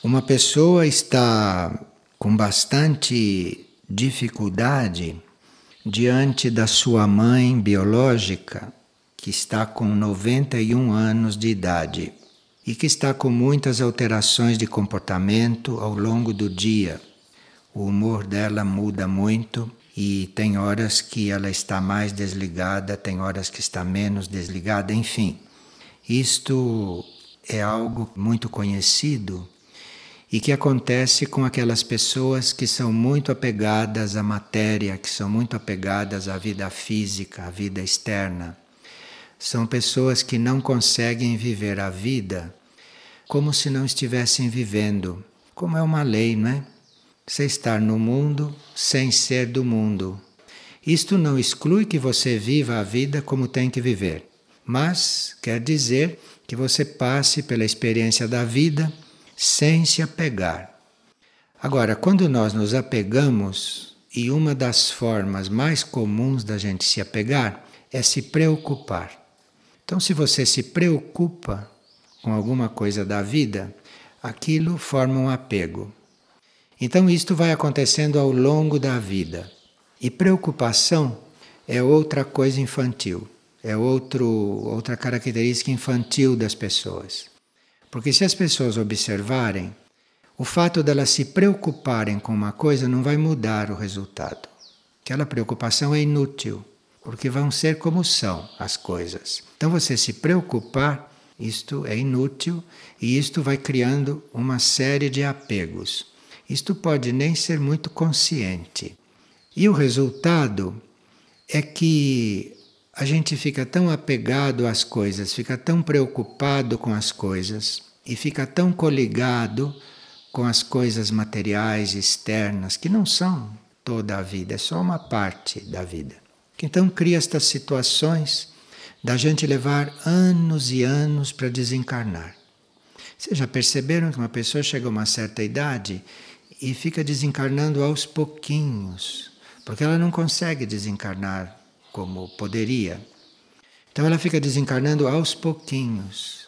Uma pessoa está com bastante dificuldade diante da sua mãe biológica, que está com 91 anos de idade e que está com muitas alterações de comportamento ao longo do dia. O humor dela muda muito e tem horas que ela está mais desligada, tem horas que está menos desligada, enfim. Isto é algo muito conhecido e que acontece com aquelas pessoas que são muito apegadas à matéria, que são muito apegadas à vida física, à vida externa. São pessoas que não conseguem viver a vida como se não estivessem vivendo, como é uma lei, não é? Você estar no mundo sem ser do mundo. Isto não exclui que você viva a vida como tem que viver, mas quer dizer que você passe pela experiência da vida sem se apegar. Agora, quando nós nos apegamos, e uma das formas mais comuns da gente se apegar é se preocupar. Então, se você se preocupa com alguma coisa da vida, aquilo forma um apego. Então, isto vai acontecendo ao longo da vida. E preocupação é outra coisa infantil, é outra característica infantil das pessoas. Porque se as pessoas observarem, o fato delas se preocuparem com uma coisa não vai mudar o resultado. Aquela preocupação é inútil, porque vão ser como são as coisas. Então você se preocupar, isto é inútil e isto vai criando uma série de apegos. Isto pode nem ser muito consciente. E o resultado é que a gente fica tão apegado às coisas, fica tão preocupado com as coisas e fica tão coligado com as coisas materiais externas, que não são toda a vida, é só uma parte da vida. Então cria estas situações da gente levar anos e anos para desencarnar. Vocês já perceberam que uma pessoa chega a uma certa idade e fica desencarnando aos pouquinhos, porque ela não consegue desencarnar como poderia. Então ela fica desencarnando aos pouquinhos.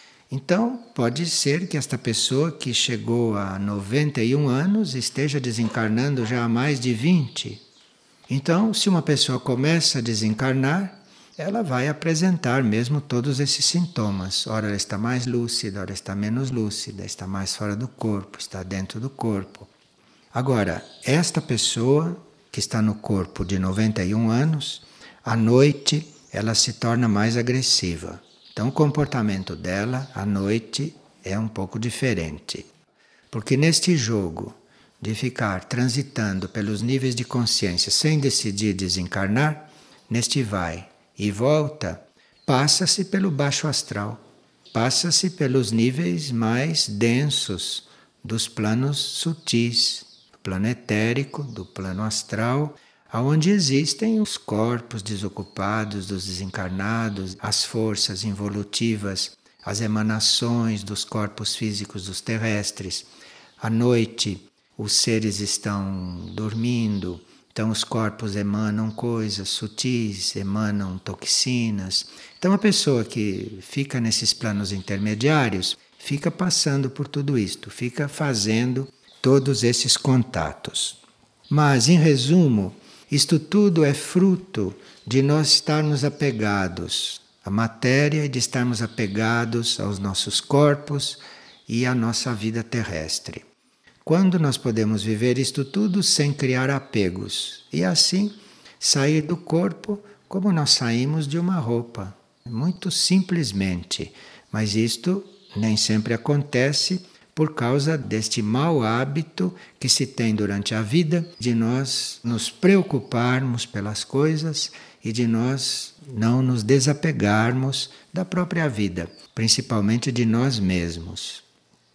Então pode ser que esta pessoa que chegou a 91 anos esteja desencarnando já há mais de 20. Então, se uma pessoa começa a desencarnar, ela vai apresentar mesmo todos esses sintomas. Ora ela está mais lúcida, ora está menos lúcida, está mais fora do corpo, está dentro do corpo. Agora, esta pessoa que está no corpo de 91 anos, à noite ela se torna mais agressiva. Então o comportamento dela à noite é um pouco diferente. Porque neste jogo de ficar transitando pelos níveis de consciência sem decidir desencarnar, neste vai e volta, passa-se pelo baixo astral, passa-se pelos níveis mais densos dos planos sutis, do plano etérico, do plano astral, onde existem os corpos desocupados dos desencarnados, as forças involutivas, as emanações dos corpos físicos dos terrestres. À noite, os seres estão dormindo, então os corpos emanam coisas sutis, emanam toxinas. Então a pessoa que fica nesses planos intermediários fica passando por tudo isto, fica fazendo todos esses contatos. Mas, em resumo, isto tudo é fruto de nós estarmos apegados à matéria e de estarmos apegados aos nossos corpos e à nossa vida terrestre. Quando nós podemos viver isto tudo sem criar apegos e assim sair do corpo como nós saímos de uma roupa, muito simplesmente, mas isto nem sempre acontece por causa deste mau hábito que se tem durante a vida de nós nos preocuparmos pelas coisas e de nós não nos desapegarmos da própria vida, principalmente de nós mesmos.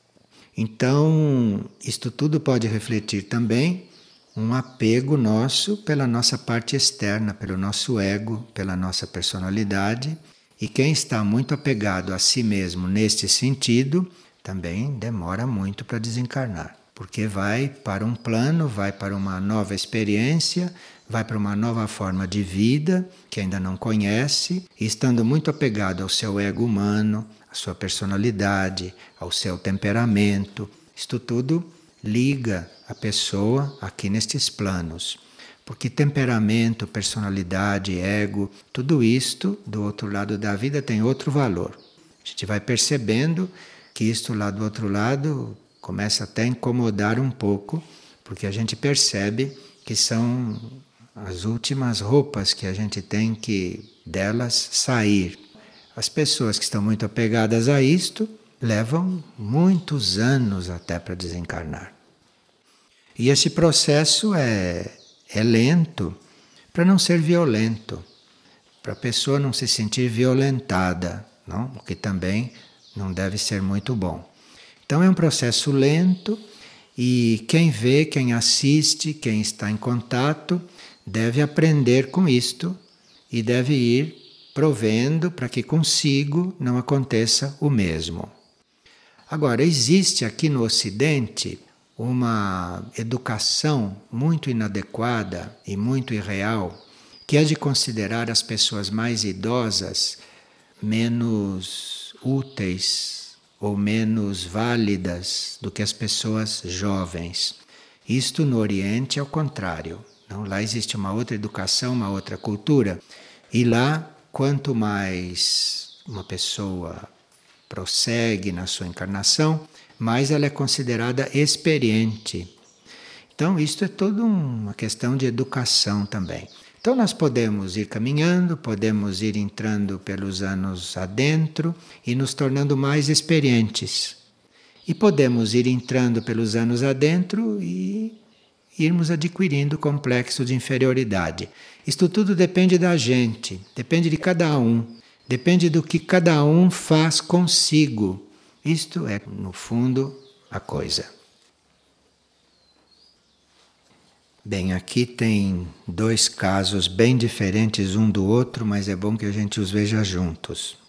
Então, isto tudo pode refletir também um apego nosso pela nossa parte externa, pelo nosso ego, pela nossa personalidade, e quem está muito apegado a si mesmo neste sentido também demora muito para desencarnar, porque vai para um plano, vai para uma nova experiência, vai para uma nova forma de vida que ainda não conhece, e estando muito apegado ao seu ego humano, à sua personalidade, ao seu temperamento, Isto tudo liga a pessoa aqui nestes planos. Porque temperamento, personalidade, ego, tudo isto do outro lado da vida tem outro valor. A gente vai percebendo que isto lá do outro lado começa até a incomodar um pouco, porque a gente percebe que são as últimas roupas que a gente tem que delas sair. As pessoas que estão muito apegadas a isto levam muitos anos até para desencarnar. E esse processo é lento para não ser violento, para a pessoa não se sentir violentada, não? O que também não deve ser muito bom. Então é um processo lento e quem vê, quem assiste, quem está em contato, deve aprender com isto e deve ir provendo para que consigo não aconteça o mesmo. Agora, existe aqui no Ocidente uma educação muito inadequada e muito irreal, que é de considerar as pessoas mais idosas menos úteis ou menos válidas do que as pessoas jovens. Isto no Oriente é o contrário. Não? Lá existe uma outra educação, uma outra cultura, e lá, quanto mais uma pessoa prossegue na sua encarnação, mais ela é considerada experiente. Então, isto é toda uma questão de educação também. Então, nós podemos ir caminhando, podemos ir entrando pelos anos adentro e nos tornando mais experientes. E podemos ir entrando pelos anos adentro e irmos adquirindo complexo de inferioridade. Isto tudo depende da gente, depende de cada um, depende do que cada um faz consigo. Isto é, no fundo, a coisa. Bem, aqui tem dois casos bem diferentes um do outro, mas é bom que a gente os veja juntos.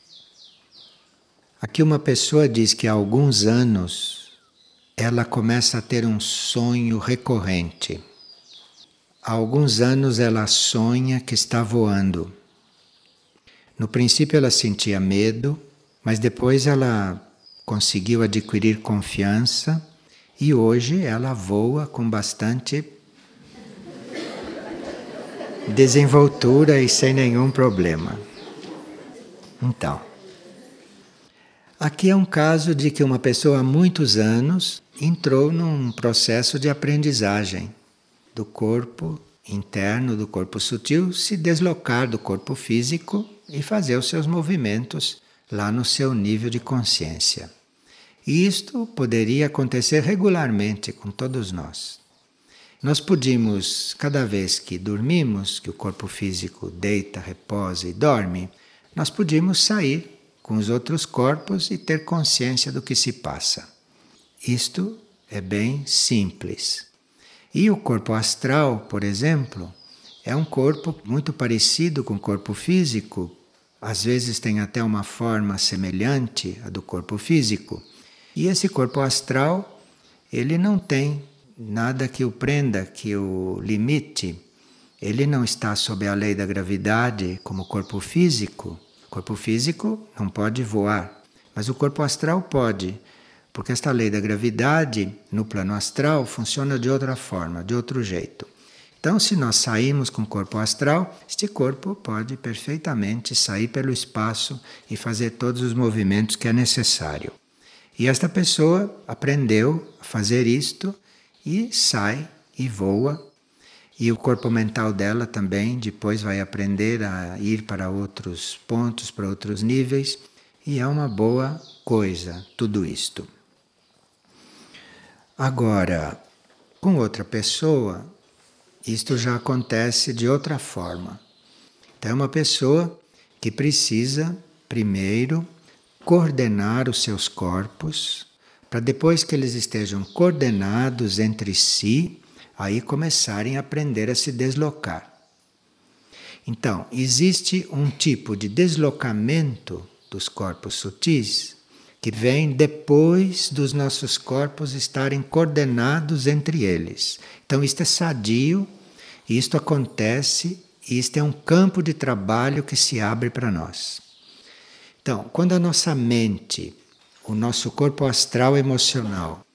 Aqui uma pessoa diz que há alguns anos ela começa a ter um sonho recorrente. Há alguns anos ela sonha que está voando. No princípio ela sentia medo, mas depois ela conseguiu adquirir confiança e hoje ela voa com bastante desenvoltura e sem nenhum problema. Então, aqui é um caso de que uma pessoa há muitos anos entrou num processo de aprendizagem do corpo interno, do corpo sutil, se deslocar do corpo físico e fazer os seus movimentos lá no seu nível de consciência. E isto poderia acontecer regularmente com todos nós. Nós podíamos, cada vez que dormimos, que o corpo físico deita, reposa e dorme, nós podíamos sair com os outros corpos e ter consciência do que se passa. Isto é bem simples. E o corpo astral, por exemplo, é um corpo muito parecido com o corpo físico, às vezes tem até uma forma semelhante à do corpo físico. E esse corpo astral, ele não tem nada que o prenda, que o limite. Ele não está sob a lei da gravidade como o corpo físico. O corpo físico não pode voar, mas o corpo astral pode, porque esta lei da gravidade no plano astral funciona de outra forma, de outro jeito. Então, se nós sairmos com o corpo astral, este corpo pode perfeitamente sair pelo espaço e fazer todos os movimentos que é necessário. E esta pessoa aprendeu a fazer isto e sai e voa. E o corpo mental dela também depois vai aprender a ir para outros pontos, para outros níveis. E é uma boa coisa tudo isto. Agora, com outra pessoa, isto já acontece de outra forma. Então é uma pessoa que precisa, primeiro, coordenar os seus corpos, para depois que eles estejam coordenados entre si, aí começarem a aprender a se deslocar. Então, existe um tipo de deslocamento dos corpos sutis que vem depois dos nossos corpos estarem coordenados entre eles. Então, isto é sadio, isto acontece, e isto é um campo de trabalho que se abre para nós. Então, quando a nossa mente, o nosso corpo astral emocional,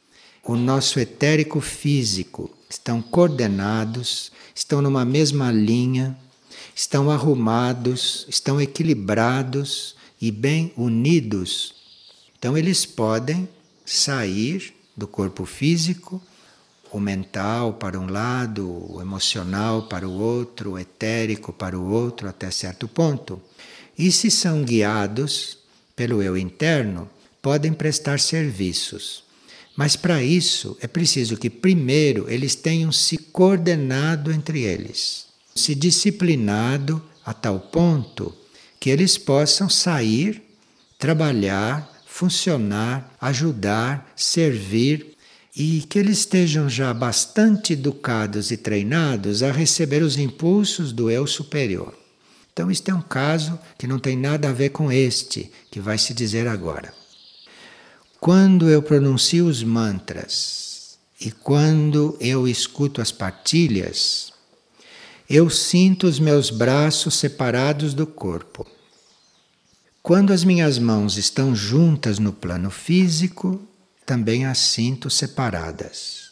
o nosso etérico físico estão coordenados, estão numa mesma linha, estão arrumados, estão equilibrados e bem unidos. Então eles podem sair do corpo físico, o mental para um lado, o emocional para o outro, o etérico para o outro, até certo ponto. E se são guiados pelo eu interno, podem prestar serviços. Mas para isso é preciso que primeiro eles tenham se coordenado entre eles, se disciplinado a tal ponto que eles possam sair, trabalhar, funcionar, ajudar, servir e que eles estejam já bastante educados e treinados a receber os impulsos do eu superior. Então, este é um caso que não tem nada a ver com este que vai se dizer agora. Quando eu pronuncio os mantras e quando eu escuto as partilhas, eu sinto os meus braços separados do corpo. Quando as minhas mãos estão juntas no plano físico, também as sinto separadas.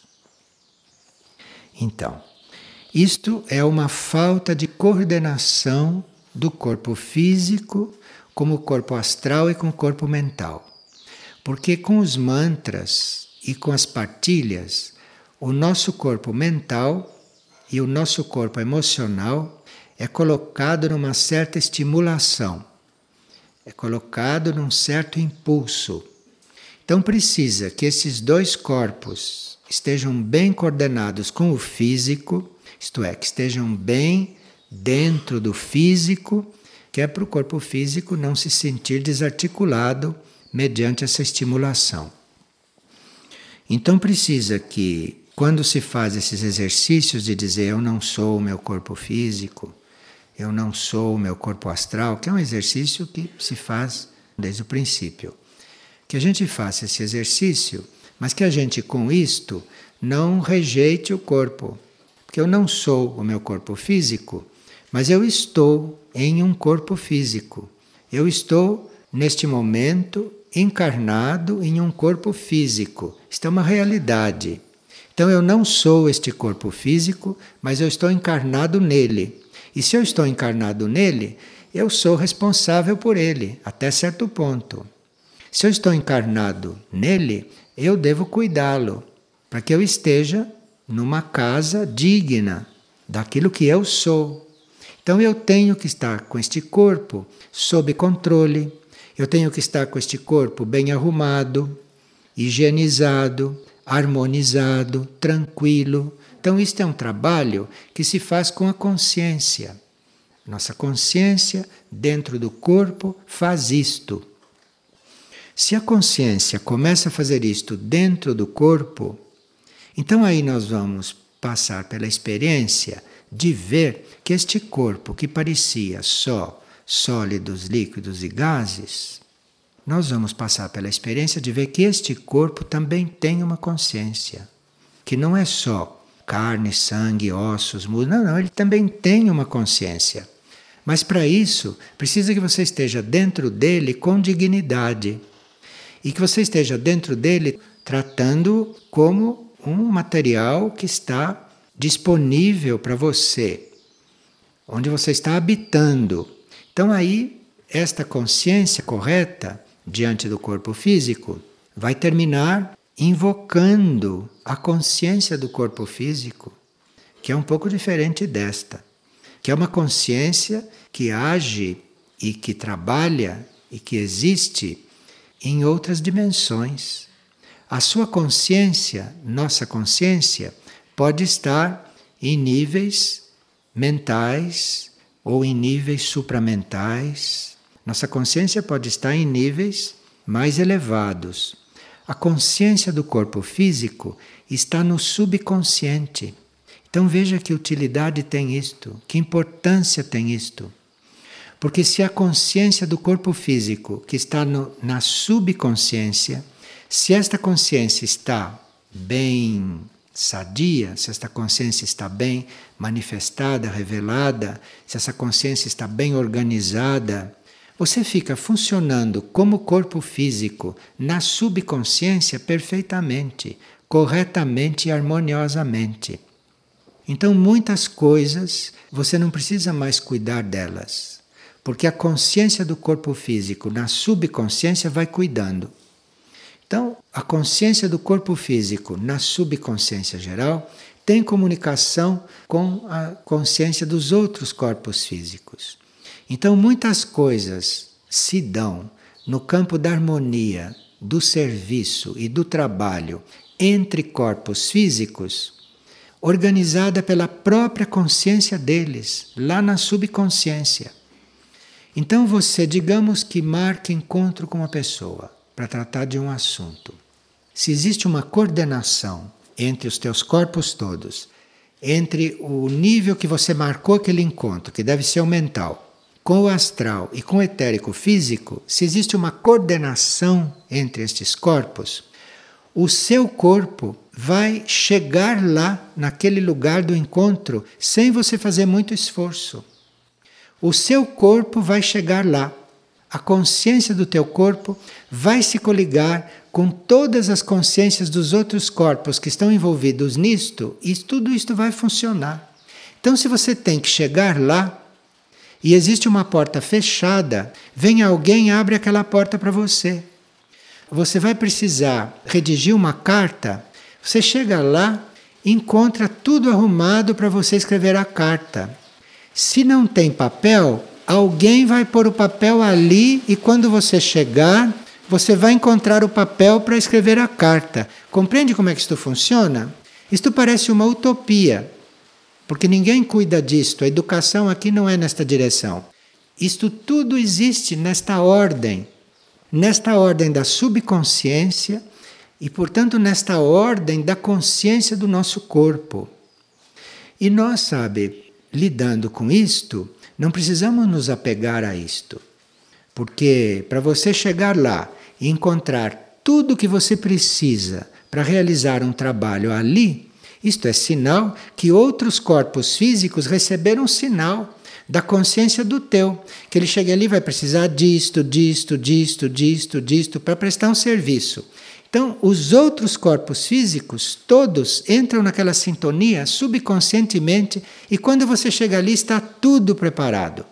Então, isto é uma falta de coordenação do corpo físico com o corpo astral e com o corpo mental. Porque com os mantras e com as partilhas, o nosso corpo mental e o nosso corpo emocional é colocado numa certa estimulação, é colocado num certo impulso. Então precisa que esses dois corpos estejam bem coordenados com o físico, isto é, que estejam bem dentro do físico, que é para o corpo físico não se sentir desarticulado mediante essa estimulação. Então precisa que, quando se faz esses exercícios de dizer eu não sou o meu corpo físico, eu não sou o meu corpo astral, que é um exercício que se faz desde o princípio, que a gente faça esse exercício, mas que a gente com isto não rejeite o corpo, porque eu não sou o meu corpo físico, mas eu estou em um corpo físico. Eu estou, neste momento, encarnado em um corpo físico. Isto é uma realidade. Então eu não sou este corpo físico, mas eu estou encarnado nele. E se eu estou encarnado nele, eu sou responsável por ele, até certo ponto. Se eu estou encarnado nele, eu devo cuidá-lo, para que eu esteja numa casa digna daquilo que eu sou. Então eu tenho que estar com este corpo sob controle, eu tenho que estar com este corpo bem arrumado, higienizado, harmonizado, tranquilo. Então isto é um trabalho que se faz com a consciência. Nossa consciência dentro do corpo faz isto. Se a consciência começa a fazer isto dentro do corpo, então aí nós vamos passar pela experiência de ver que este corpo que parecia só sólidos, líquidos e gases, nós vamos passar pela experiência de ver que este corpo também tem uma consciência, que não é só carne, sangue, ossos, músculos, não, ele também tem uma consciência. Mas para isso, precisa que você esteja dentro dele com dignidade e que você esteja dentro dele tratando como um material que está disponível para você, onde você está habitando. Então aí, esta consciência correta diante do corpo físico vai terminar invocando a consciência do corpo físico, que é um pouco diferente desta, que é uma consciência que age e que trabalha e que existe em outras dimensões. A sua consciência, nossa consciência, pode estar em níveis mentais ou em níveis supramentais. Nossa consciência pode estar em níveis mais elevados. A consciência do corpo físico está no subconsciente. Então veja que utilidade tem isto, que importância tem isto. Porque se a consciência do corpo físico, que está na subconsciência, se esta consciência está bem sadia, se esta consciência está bem manifestada, revelada, se essa consciência está bem organizada, você fica funcionando como corpo físico na subconsciência perfeitamente, corretamente e harmoniosamente. Então, muitas coisas você não precisa mais cuidar delas, porque a consciência do corpo físico na subconsciência vai cuidando. Então, a consciência do corpo físico na subconsciência geral tem comunicação com a consciência dos outros corpos físicos. Então, muitas coisas se dão no campo da harmonia, do serviço e do trabalho entre corpos físicos, organizada pela própria consciência deles, lá na subconsciência. Então você, digamos que marque encontro com uma pessoa para tratar de um assunto. Se existe uma coordenação entre os teus corpos todos, entre o nível que você marcou aquele encontro, que deve ser o mental, com o astral e com o etérico físico, se existe uma coordenação entre estes corpos, o seu corpo vai chegar lá, naquele lugar do encontro, sem você fazer muito esforço. O seu corpo vai chegar lá. A consciência do teu corpo vai se coligar com todas as consciências dos outros corpos que estão envolvidos nisto, e tudo isto vai funcionar. Então, se você tem que chegar lá, e existe uma porta fechada, vem alguém e abre aquela porta para você. Você vai precisar redigir uma carta, você chega lá e encontra tudo arrumado para você escrever a carta. Se não tem papel, alguém vai pôr o papel ali e quando você chegar, você vai encontrar o papel para escrever a carta. Compreende como é que isto funciona? Isto parece uma utopia, porque ninguém cuida disto. A educação aqui não é nesta direção. Isto tudo existe nesta ordem da subconsciência e, portanto, nesta ordem da consciência do nosso corpo. E nós, lidando com isto, não precisamos nos apegar a isto. Porque para você chegar lá e encontrar tudo o que você precisa para realizar um trabalho ali, isto é sinal que outros corpos físicos receberam sinal da consciência do teu, que ele chega ali e vai precisar disto para prestar um serviço. Então, os outros corpos físicos, todos entram naquela sintonia subconscientemente e quando você chega ali está tudo preparado.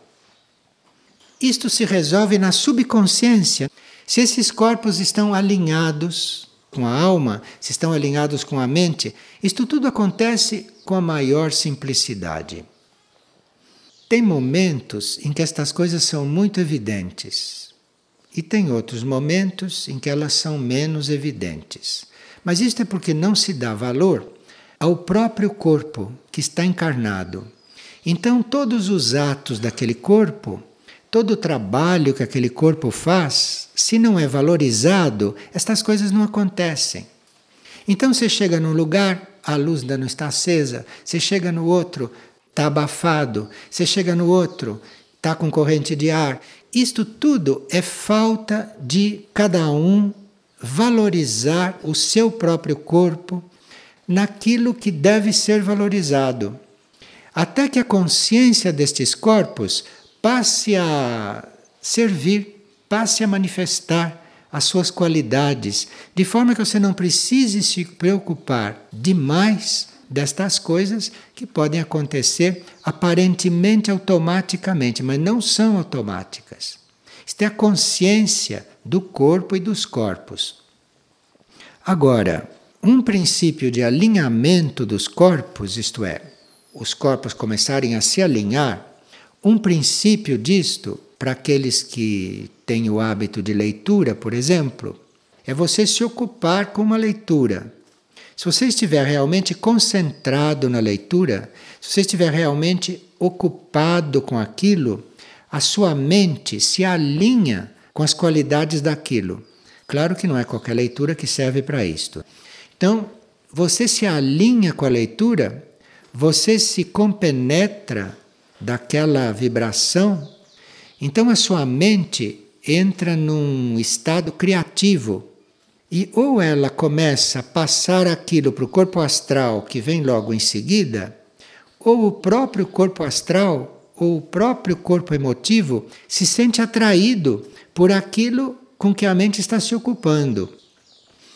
Isto se resolve na subconsciência. Se esses corpos estão alinhados com a alma, se estão alinhados com a mente, isto tudo acontece com a maior simplicidade. Tem momentos em que estas coisas são muito evidentes e tem outros momentos em que elas são menos evidentes. Mas isto é porque não se dá valor ao próprio corpo que está encarnado. Então todos os atos daquele corpo, todo o trabalho que aquele corpo faz, se não é valorizado, estas coisas não acontecem. Então você chega num lugar, a luz ainda não está acesa, você chega no outro, está abafado, você chega no outro, está com corrente de ar. Isto tudo é falta de cada um valorizar o seu próprio corpo naquilo que deve ser valorizado. Até que a consciência destes corpos passe a servir, passe a manifestar as suas qualidades, de forma que você não precise se preocupar demais destas coisas que podem acontecer aparentemente automaticamente, mas não são automáticas. Isto é a consciência do corpo e dos corpos. Agora, um princípio de alinhamento dos corpos, isto é, os corpos começarem a se alinhar, um princípio disto, para aqueles que têm o hábito de leitura, por exemplo, é você se ocupar com uma leitura. Se você estiver realmente concentrado na leitura, se você estiver realmente ocupado com aquilo, a sua mente se alinha com as qualidades daquilo. Claro que não é qualquer leitura que serve para isto. Então, você se alinha com a leitura, você se compenetra daquela vibração, então a sua mente entra num estado criativo. E ou ela começa a passar aquilo para o corpo astral, que vem logo em seguida, ou o próprio corpo astral, ou o próprio corpo emotivo, se sente atraído por aquilo com que a mente está se ocupando.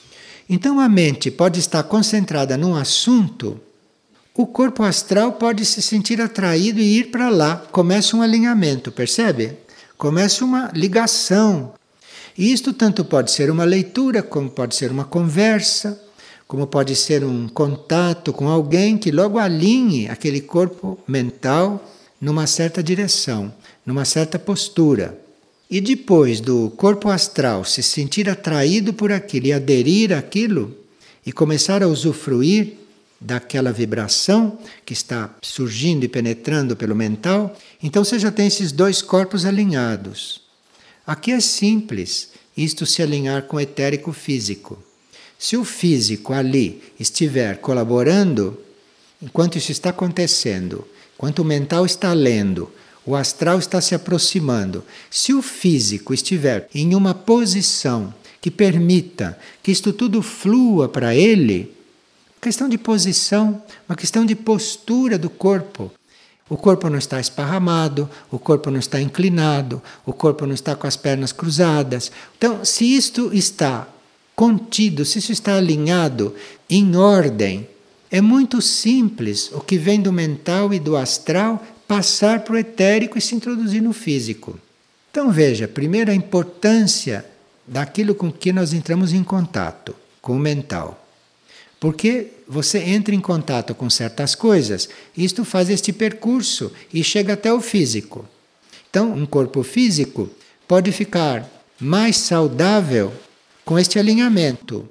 Então a mente pode estar concentrada num assunto, o corpo astral pode se sentir atraído e ir para lá. Começa um alinhamento, percebe? Começa uma ligação. E isto tanto pode ser uma leitura, como pode ser uma conversa, como pode ser um contato com alguém que logo alinhe aquele corpo mental numa certa direção, numa certa postura. E depois do corpo astral se sentir atraído por aquilo e aderir àquilo e começar a usufruir daquela vibração que está surgindo e penetrando pelo mental, então você já tem esses dois corpos alinhados. Aqui é simples isto se alinhar com o etérico físico. Se o físico ali estiver colaborando, enquanto isso está acontecendo, enquanto o mental está lendo, o astral está se aproximando, se o físico estiver em uma posição que permita que isto tudo flua para ele, questão de posição, uma questão de postura do corpo. O corpo não está esparramado, o corpo não está inclinado, o corpo não está com as pernas cruzadas. Então, se isto está contido, se isso está alinhado, em ordem, é muito simples o que vem do mental e do astral passar para o etérico e se introduzir no físico. Então veja, primeiro a importância daquilo com que nós entramos em contato, com o mental. Porque você entra em contato com certas coisas, isto faz este percurso e chega até o físico. Então, um corpo físico pode ficar mais saudável com este alinhamento.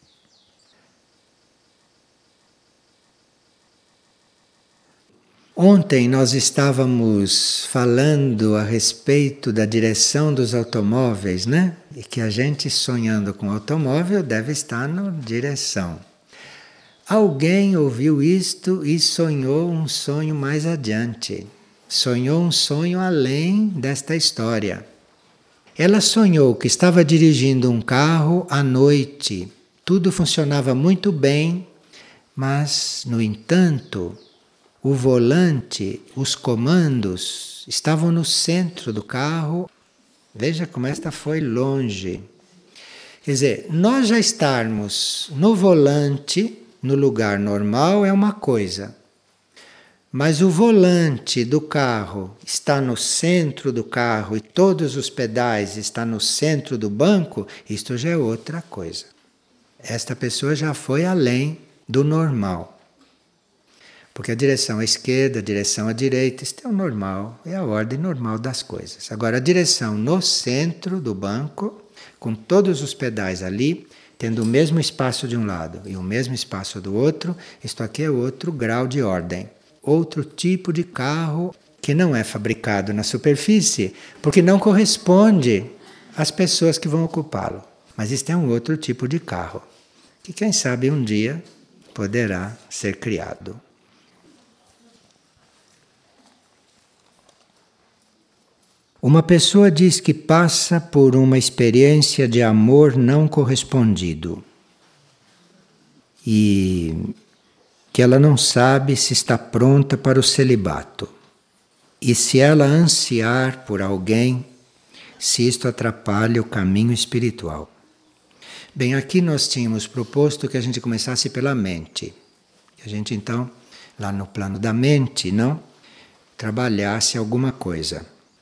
Ontem nós estávamos falando a respeito da direção dos automóveis, né? E que a gente sonhando com automóvel deve estar na direção. Alguém ouviu isto e sonhou um sonho mais adiante. Sonhou um sonho além desta história. Ela sonhou que estava dirigindo um carro à noite. Tudo funcionava muito bem, mas, no entanto, o volante, os comandos estavam no centro do carro. Veja como esta foi longe. Quer dizer, nós já estarmos no volante, no lugar normal, é uma coisa. Mas o volante do carro está no centro do carro e todos os pedais estão no centro do banco, isto já é outra coisa. Esta pessoa já foi além do normal. Porque a direção à esquerda, a direção à direita, isto é o normal, é a ordem normal das coisas. Agora, a direção no centro do banco, com todos os pedais ali, tendo o mesmo espaço de um lado e o mesmo espaço do outro, isto aqui é outro grau de ordem. Outro tipo de carro que não é fabricado na superfície, porque não corresponde às pessoas que vão ocupá-lo. Mas isto é um outro tipo de carro, que quem sabe um dia poderá ser criado. Uma pessoa diz que passa por uma experiência de amor não correspondido e que ela não sabe se está pronta para o celibato e se ela ansiar por alguém, se isto atrapalha o caminho espiritual. Bem, aqui nós tínhamos proposto que a gente começasse pela mente. Que a gente então, lá no plano da mente, não trabalhasse alguma coisa.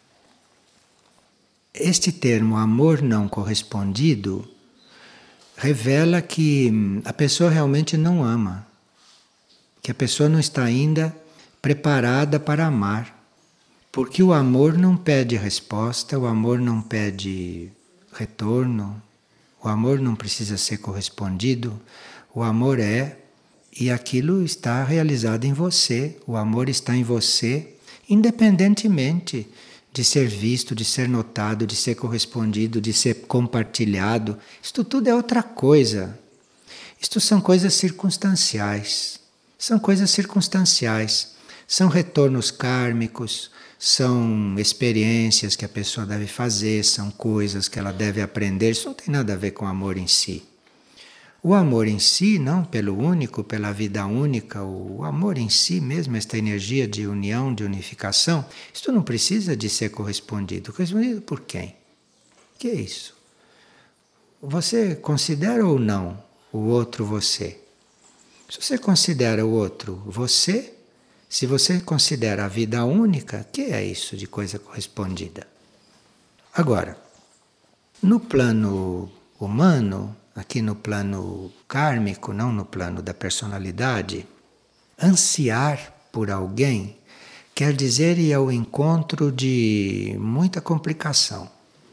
Este termo amor não correspondido revela que a pessoa realmente não ama, que a pessoa não está ainda preparada para amar, porque o amor não pede resposta, o amor não pede retorno, o amor não precisa ser correspondido, o amor é, e aquilo está realizado em você, o amor está em você, independentemente de ser visto, de ser notado, de ser correspondido, de ser compartilhado. Isto tudo é outra coisa. Isto são coisas circunstanciais. São coisas circunstanciais. São retornos kármicos, são experiências que a pessoa deve fazer, são coisas que ela deve aprender. Isso não tem nada a ver com o amor em si. O amor em si, não pelo único, pela vida única, o amor em si mesmo, esta energia de união, de unificação, isto não precisa de ser correspondido. Correspondido por quem? Que é isso? Você considera ou não o outro você? Se você considera o outro você, se você considera a vida única, que é isso de coisa correspondida? Agora, no plano humano, aqui no plano kármico, não no plano da personalidade, ansiar por alguém quer dizer ir ao encontro de muita complicação.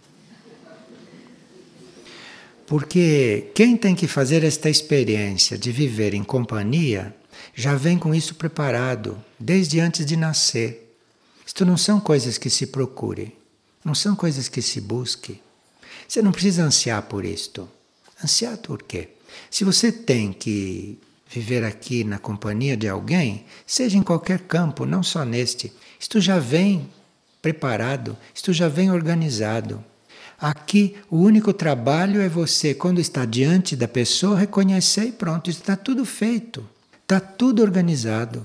Porque quem tem que fazer esta experiência de viver em companhia já vem com isso preparado, desde antes de nascer. Isto não são coisas que se procure, não são coisas que se busque. Você não precisa ansiar por isto. Ansiar por quê? Se você tem que viver aqui na companhia de alguém, seja em qualquer campo, não só neste, isto já vem preparado, isto já vem organizado. Aqui o único trabalho é você, quando está diante da pessoa, reconhecer e pronto, está tudo feito, está tudo organizado.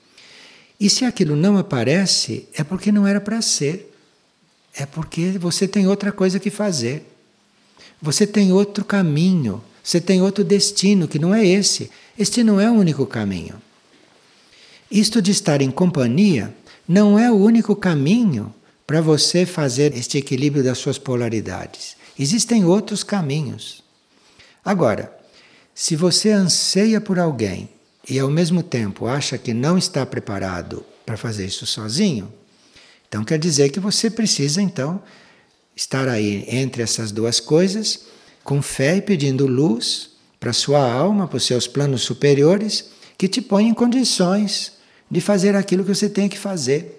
E se aquilo não aparece, é porque não era para ser. É porque você tem outra coisa que fazer. Você tem outro caminho, você tem outro destino, que não é esse. Este não é o único caminho. Isto de estar em companhia não é o único caminho para você fazer este equilíbrio das suas polaridades. Existem outros caminhos. Agora, se você anseia por alguém e ao mesmo tempo acha que não está preparado para fazer isso sozinho, então quer dizer que você precisa então estar aí entre essas duas coisas, com fé e pedindo luz para a sua alma, para os seus planos superiores, que te põe em condições de fazer aquilo que você tem que fazer.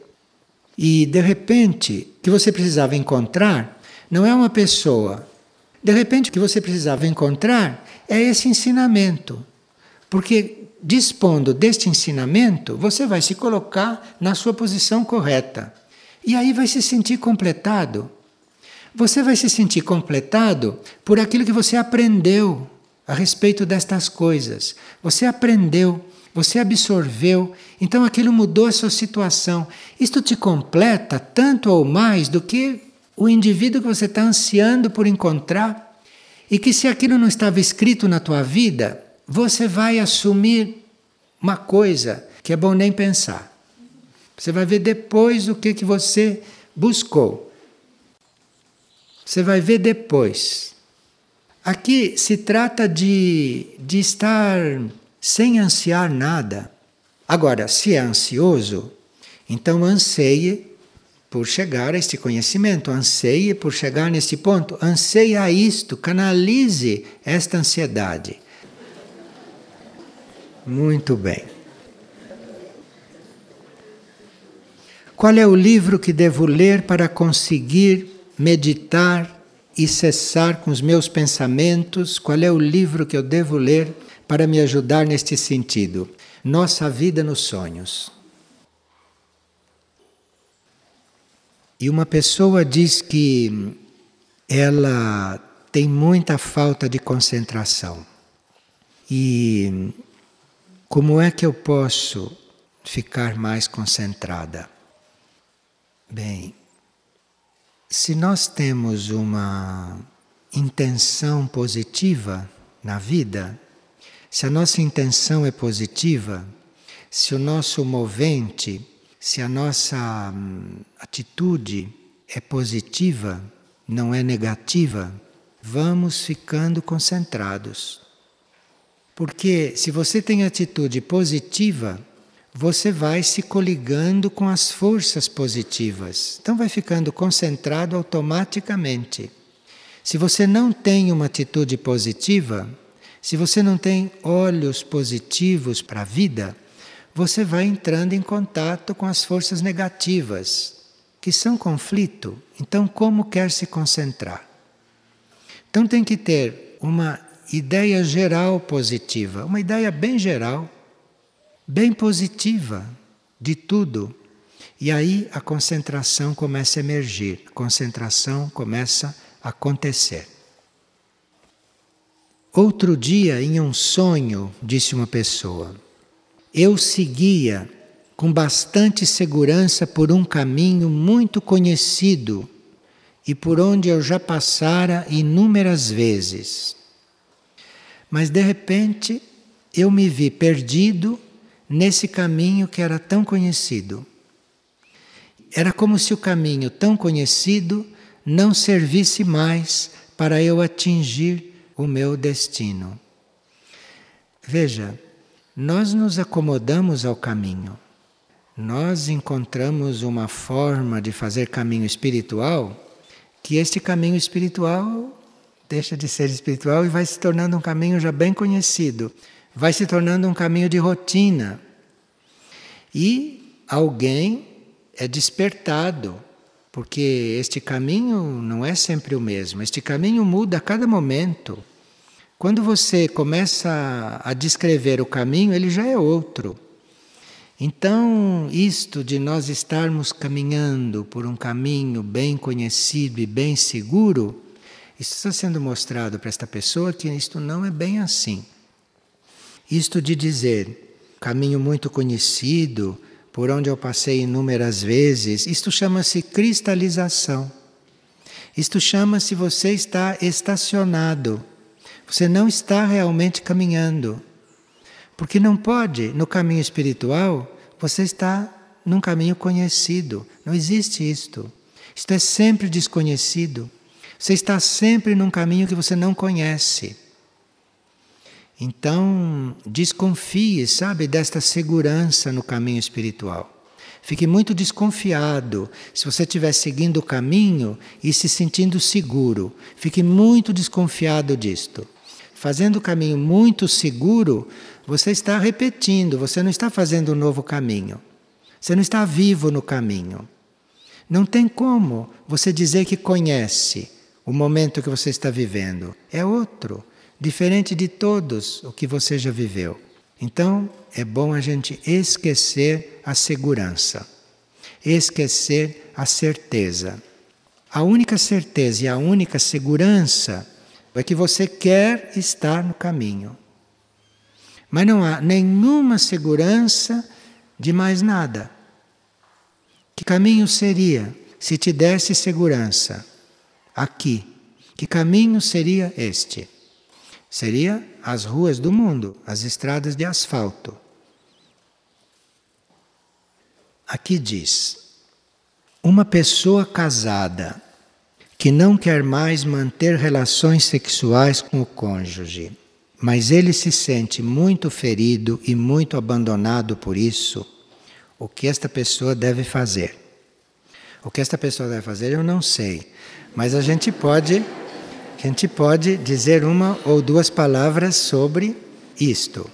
E de repente, o que você precisava encontrar não é uma pessoa. De repente, o que você precisava encontrar é esse ensinamento. Porque dispondo deste ensinamento, você vai se colocar na sua posição correta. E aí vai se sentir completado. Você vai se sentir completado por aquilo que você aprendeu a respeito destas coisas. Você aprendeu, você absorveu, então aquilo mudou a sua situação. Isto te completa tanto ou mais do que o indivíduo que você está ansiando por encontrar. E que se aquilo não estava escrito na tua vida, você vai assumir uma coisa que é bom nem pensar. Você vai ver depois o que você buscou. Você vai ver depois. Aqui se trata de estar sem ansiar nada. Agora, se é ansioso, então anseie por chegar a este conhecimento, anseie por chegar neste ponto, anseie a isto, canalize esta ansiedade. Muito bem. Qual é o livro que devo ler para conseguir meditar e cessar com os meus pensamentos? Qual é o livro que eu devo ler para me ajudar neste sentido? Nossa Vida nos Sonhos. E uma pessoa diz que ela tem muita falta de concentração. E como é que eu posso ficar mais concentrada? Bem, se nós temos uma intenção positiva na vida, se a nossa intenção é positiva, se o nosso movente, se a nossa atitude é positiva, não é negativa, vamos ficando concentrados. Porque se você tem atitude positiva, você vai se coligando com as forças positivas. Então vai ficando concentrado automaticamente. Se você não tem uma atitude positiva, se você não tem olhos positivos para a vida, você vai entrando em contato com as forças negativas, que são conflito. Então, como quer se concentrar? Então tem que ter uma ideia geral positiva, uma ideia bem geral, bem positiva de tudo. E aí a concentração começa a emergir, a concentração começa a acontecer. Outro dia, em um sonho, disse uma pessoa, eu seguia com bastante segurança por um caminho muito conhecido e por onde eu já passara inúmeras vezes. Mas de repente eu me vi perdido nesse caminho que era tão conhecido. Era como se o caminho tão conhecido não servisse mais para eu atingir o meu destino. Veja, nós nos acomodamos ao caminho. Nós encontramos uma forma de fazer caminho espiritual que este caminho espiritual deixa de ser espiritual e vai se tornando um caminho já bem conhecido. Vai se tornando um caminho de rotina. E alguém é despertado, porque este caminho não é sempre o mesmo. Este caminho muda a cada momento. Quando você começa a descrever o caminho, ele já é outro. Então, isto de nós estarmos caminhando por um caminho bem conhecido e bem seguro, isso está sendo mostrado para esta pessoa que isto não é bem assim. Isto de dizer, caminho muito conhecido, por onde eu passei inúmeras vezes, isto chama-se cristalização. Isto chama-se você está estacionado. Você não está realmente caminhando. Porque não pode, no caminho espiritual, você está num caminho conhecido. Não existe isto. Isto é sempre desconhecido. Você está sempre num caminho que você não conhece. Então, desconfie, sabe, desta segurança no caminho espiritual. Fique muito desconfiado se você estiver seguindo o caminho e se sentindo seguro. Fique muito desconfiado disto. Fazendo o caminho muito seguro, você está repetindo, você não está fazendo um novo caminho. Você não está vivo no caminho. Não tem como você dizer que conhece o momento que você está vivendo. É outro, diferente de todos o que você já viveu. Então, é bom a gente esquecer a segurança, esquecer a certeza. A única certeza e a única segurança é que você quer estar no caminho. Mas não há nenhuma segurança de mais nada. Que caminho seria se te desse segurança aqui? Que caminho seria este? Seria as ruas do mundo, as estradas de asfalto. Aqui diz, uma pessoa casada que não quer mais manter relações sexuais com o cônjuge, mas ele se sente muito ferido e muito abandonado por isso, o que esta pessoa deve fazer? O que esta pessoa deve fazer eu não sei, mas a gente pode dizer uma ou duas palavras sobre isto.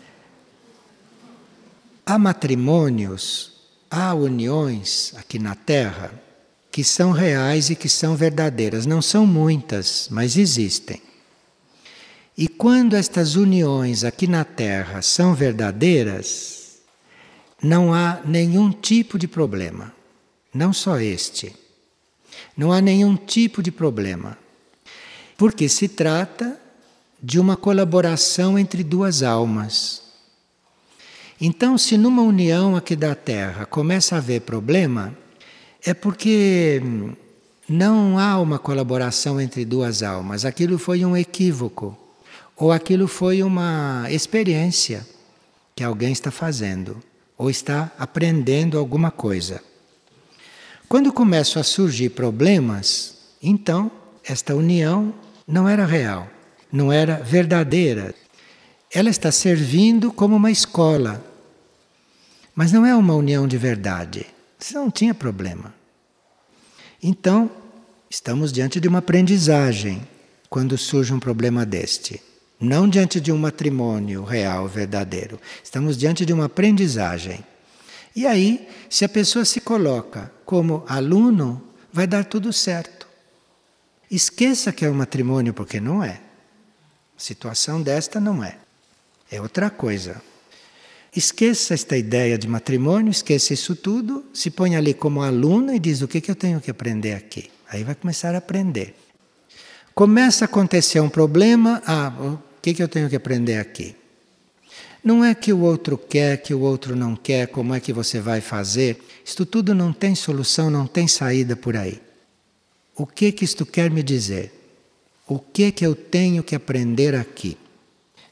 Há matrimônios, há uniões aqui na Terra que são reais e que são verdadeiras. Não são muitas, mas existem. E quando estas uniões aqui na Terra são verdadeiras, não há nenhum tipo de problema. Não só este. Não há nenhum tipo de problema. Porque se trata de uma colaboração entre duas almas. Então, se numa união aqui da Terra começa a haver problema, é porque não há uma colaboração entre duas almas. Aquilo foi um equívoco. Ou aquilo foi uma experiência que alguém está fazendo. Ou está aprendendo alguma coisa. Quando começam a surgir problemas, então esta união não era real, não era verdadeira. Ela está servindo como uma escola. Mas não é uma união de verdade. Isso não tinha problema. Então, estamos diante de uma aprendizagem quando surge um problema deste. Não diante de um matrimônio real, verdadeiro. Estamos diante de uma aprendizagem. E aí, se a pessoa se coloca como aluno, vai dar tudo certo. Esqueça que é um matrimônio, porque não é. Situação desta não é. É outra coisa. Esqueça esta ideia de matrimônio, esqueça isso tudo, se põe ali como aluno e diz o que eu tenho que aprender aqui. Aí vai começar a aprender. Começa a acontecer um problema, o que eu tenho que aprender aqui? Não é que o outro quer, que o outro não quer, como é que você vai fazer. Isto tudo não tem solução, não tem saída por aí. O que isto quer me dizer? O que eu tenho que aprender aqui?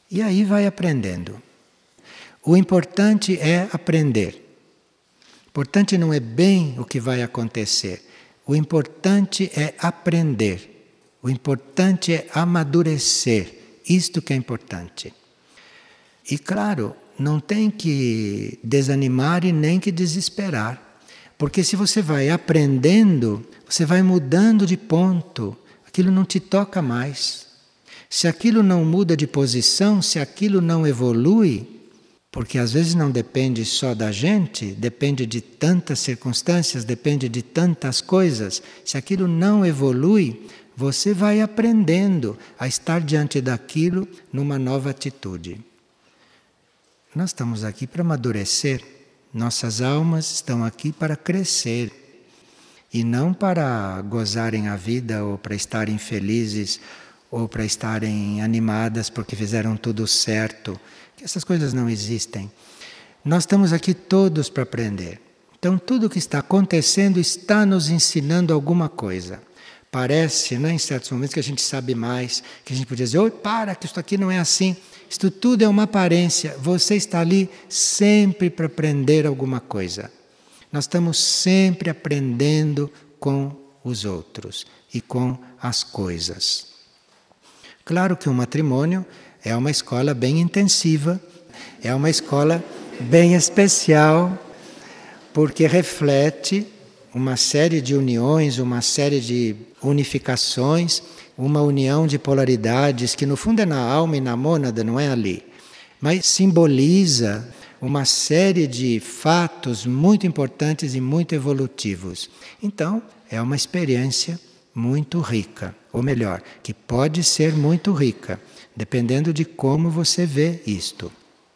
E aí vai aprendendo. O importante é aprender. O importante não é bem o que vai acontecer. O importante é aprender. O importante é amadurecer. Isto que é importante. E claro, não tem que desanimar e nem que desesperar. Porque se você vai aprendendo, você vai mudando de ponto. Aquilo não te toca mais. Se aquilo não muda de posição, se aquilo não evolui, porque às vezes não depende só da gente, depende de tantas circunstâncias, depende de tantas coisas. Se aquilo não evolui, você vai aprendendo a estar diante daquilo numa nova atitude. Nós estamos aqui para amadurecer. Nossas almas estão aqui para crescer. E não para gozarem a vida ou para estarem felizes ou para estarem animadas porque fizeram tudo certo. Essas coisas não existem. Nós estamos aqui todos para aprender. Então tudo o que está acontecendo está nos ensinando alguma coisa. Parece, né, em certos momentos, que a gente sabe mais, que a gente podia dizer, oi, para, que isso aqui não é assim. Isto tudo é uma aparência. Você está ali sempre para aprender alguma coisa. Nós estamos sempre aprendendo com os outros e com as coisas. Claro que o matrimônio é uma escola bem intensiva, é uma escola bem especial, porque reflete uma série de uniões, uma série de unificações, uma união de polaridades que no fundo é na alma e na mônada, não é ali. Mas simboliza uma série de fatos muito importantes e muito evolutivos. Então, é uma experiência muito rica, ou melhor, que pode ser muito rica, dependendo de como você vê isto.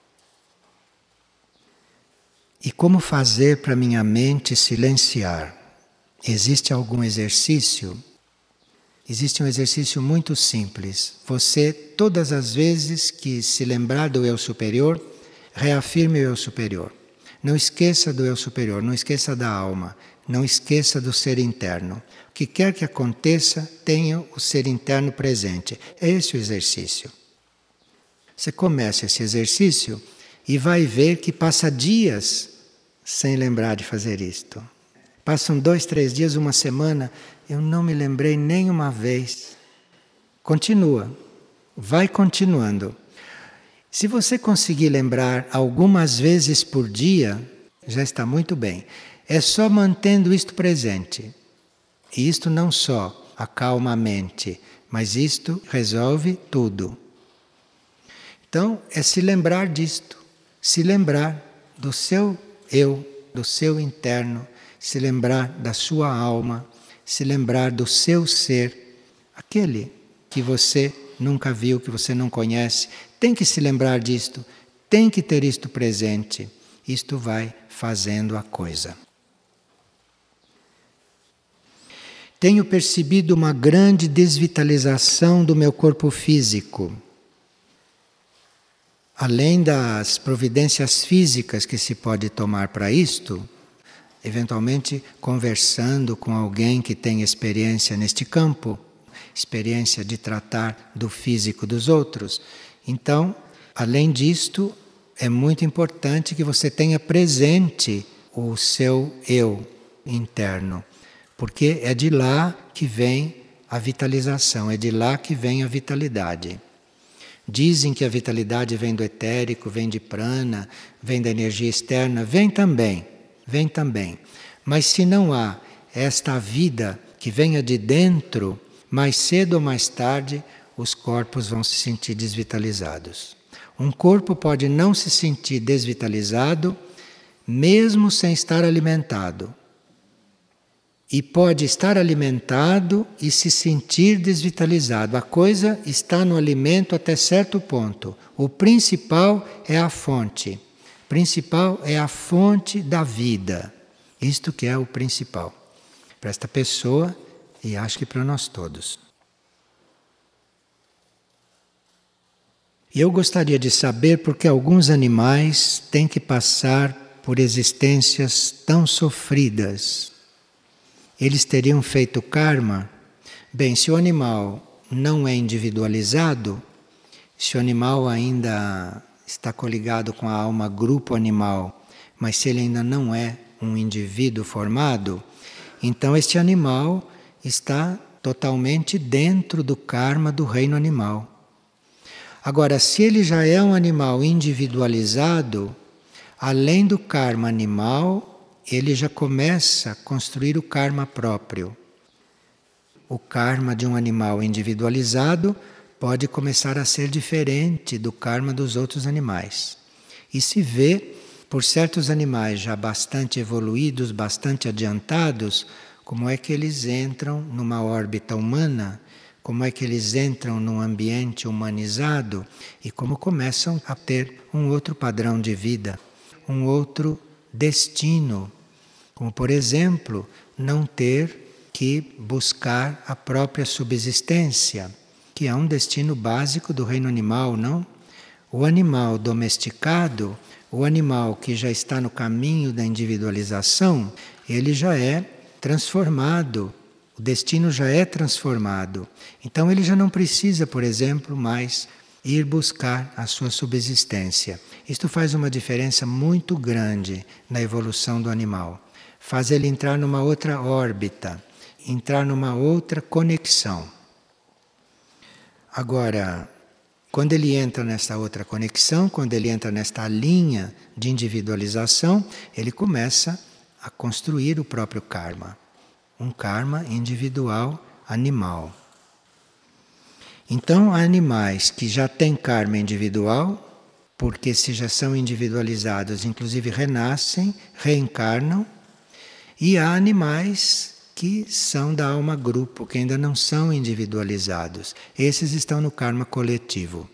E como fazer para minha mente silenciar? Existe algum exercício? Existe um exercício muito simples. Você, todas as vezes que se lembrar do eu superior, reafirme o eu superior. Não esqueça do eu superior, não esqueça da alma, não esqueça do ser interno. O que quer que aconteça, tenha o ser interno presente. É esse o exercício. Você começa esse exercício e vai ver que passa dias sem lembrar de fazer isto. Passam 2, 3 dias, uma semana, eu não me lembrei nem uma vez. Continua, vai continuando. Se você conseguir lembrar algumas vezes por dia, já está muito bem. É só mantendo isto presente. E isto não só acalma a mente, mas isto resolve tudo. Então, é se lembrar disto, se lembrar do seu eu, do seu interno, se lembrar da sua alma, se lembrar do seu ser, aquele que você nunca viu, que você não conhece. Tem que se lembrar disto, tem que ter isto presente. Isto vai fazendo a coisa. Tenho percebido uma grande desvitalização do meu corpo físico. Além das providências físicas que se pode tomar para isto, eventualmente conversando com alguém que tem experiência neste campo, experiência de tratar do físico dos outros. Então, além disto, é muito importante que você tenha presente o seu eu interno, porque é de lá que vem a vitalização, é de lá que vem a vitalidade. Dizem que a vitalidade vem do etérico, vem de prana, vem da energia externa, vem também. Mas se não há esta vida que venha de dentro, mais cedo ou mais tarde, os corpos vão se sentir desvitalizados. Um corpo pode não se sentir desvitalizado, mesmo sem estar alimentado. E pode estar alimentado e se sentir desvitalizado. A coisa está no alimento até certo ponto. O principal é a fonte. O principal é a fonte da vida. Isto que é o principal. Para esta pessoa e acho que para nós todos. E eu gostaria de saber por que alguns animais têm que passar por existências tão sofridas. Eles teriam feito karma? Bem, se o animal não é individualizado, se o animal ainda está coligado com a alma grupo animal, mas se ele ainda não é um indivíduo formado, então este animal está totalmente dentro do karma do reino animal. Agora, se ele já é um animal individualizado, além do karma animal, ele já começa a construir o karma próprio. O karma de um animal individualizado pode começar a ser diferente do karma dos outros animais. E se vê, por certos animais já bastante evoluídos, bastante adiantados, como é que eles entram numa órbita humana, como é que eles entram num ambiente humanizado e como começam a ter um outro padrão de vida, um outro destino. Como, por exemplo, não ter que buscar a própria subsistência, que é um destino básico do reino animal, não? O animal domesticado, o animal que já está no caminho da individualização, ele já é transformado, o destino já é transformado. Então ele já não precisa, por exemplo, mais ir buscar a sua subsistência. Isto faz uma diferença muito grande na evolução do animal. Faz ele entrar numa outra órbita, entrar numa outra conexão. Agora, quando ele entra nesta outra conexão, quando ele entra nesta linha de individualização, ele começa a construir o próprio karma. Um karma individual, animal. Então, há animais que já têm karma individual, porque se já são individualizados, inclusive renascem, reencarnam, e há animais que são da alma grupo, que ainda não são individualizados. Esses estão no karma coletivo.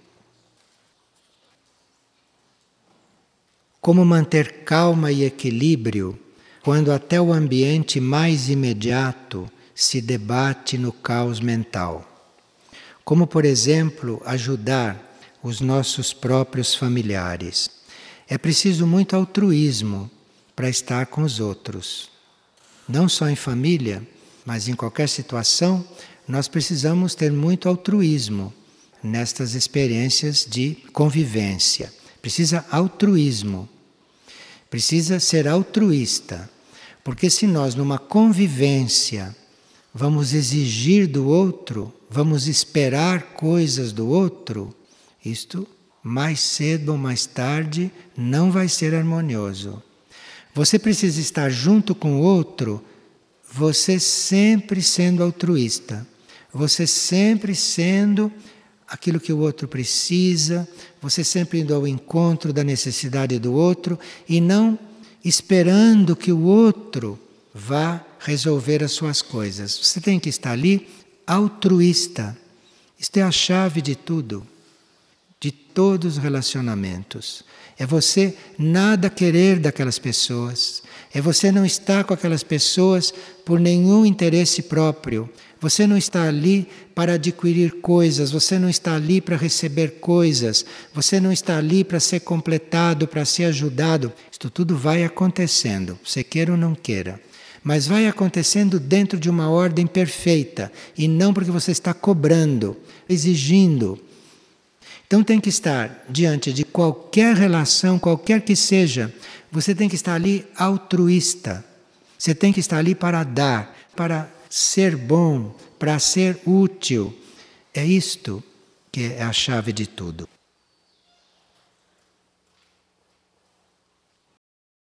Como manter calma e equilíbrio quando até o ambiente mais imediato se debate no caos mental? Como, por exemplo, ajudar os nossos próprios familiares. É preciso muito altruísmo para estar com os outros. Não só em família, mas em qualquer situação, nós precisamos ter muito altruísmo nestas experiências de convivência. Precisa altruísmo. Precisa ser altruísta. Porque se nós, numa convivência, vamos exigir do outro, vamos esperar coisas do outro, isto, mais cedo ou mais tarde, não vai ser harmonioso. Você precisa estar junto com o outro, você sempre sendo altruísta, você sempre sendo aquilo que o outro precisa, você sempre indo ao encontro da necessidade do outro e não esperando que o outro vá resolver as suas coisas. Você tem que estar ali altruísta. Isto é a chave de tudo, de todos os relacionamentos. É você nada querer daquelas pessoas. É você não estar com aquelas pessoas por nenhum interesse próprio. Você não está ali para adquirir coisas, você não está ali para receber coisas, você não está ali para ser completado, para ser ajudado. Isto tudo vai acontecendo, você queira ou não queira. Mas vai acontecendo dentro de uma ordem perfeita e não porque você está cobrando, exigindo. Então tem que estar diante de qualquer relação, qualquer que seja, você tem que estar ali altruísta. Você tem que estar ali para dar, para ser bom, para ser útil. É isto que é a chave de tudo.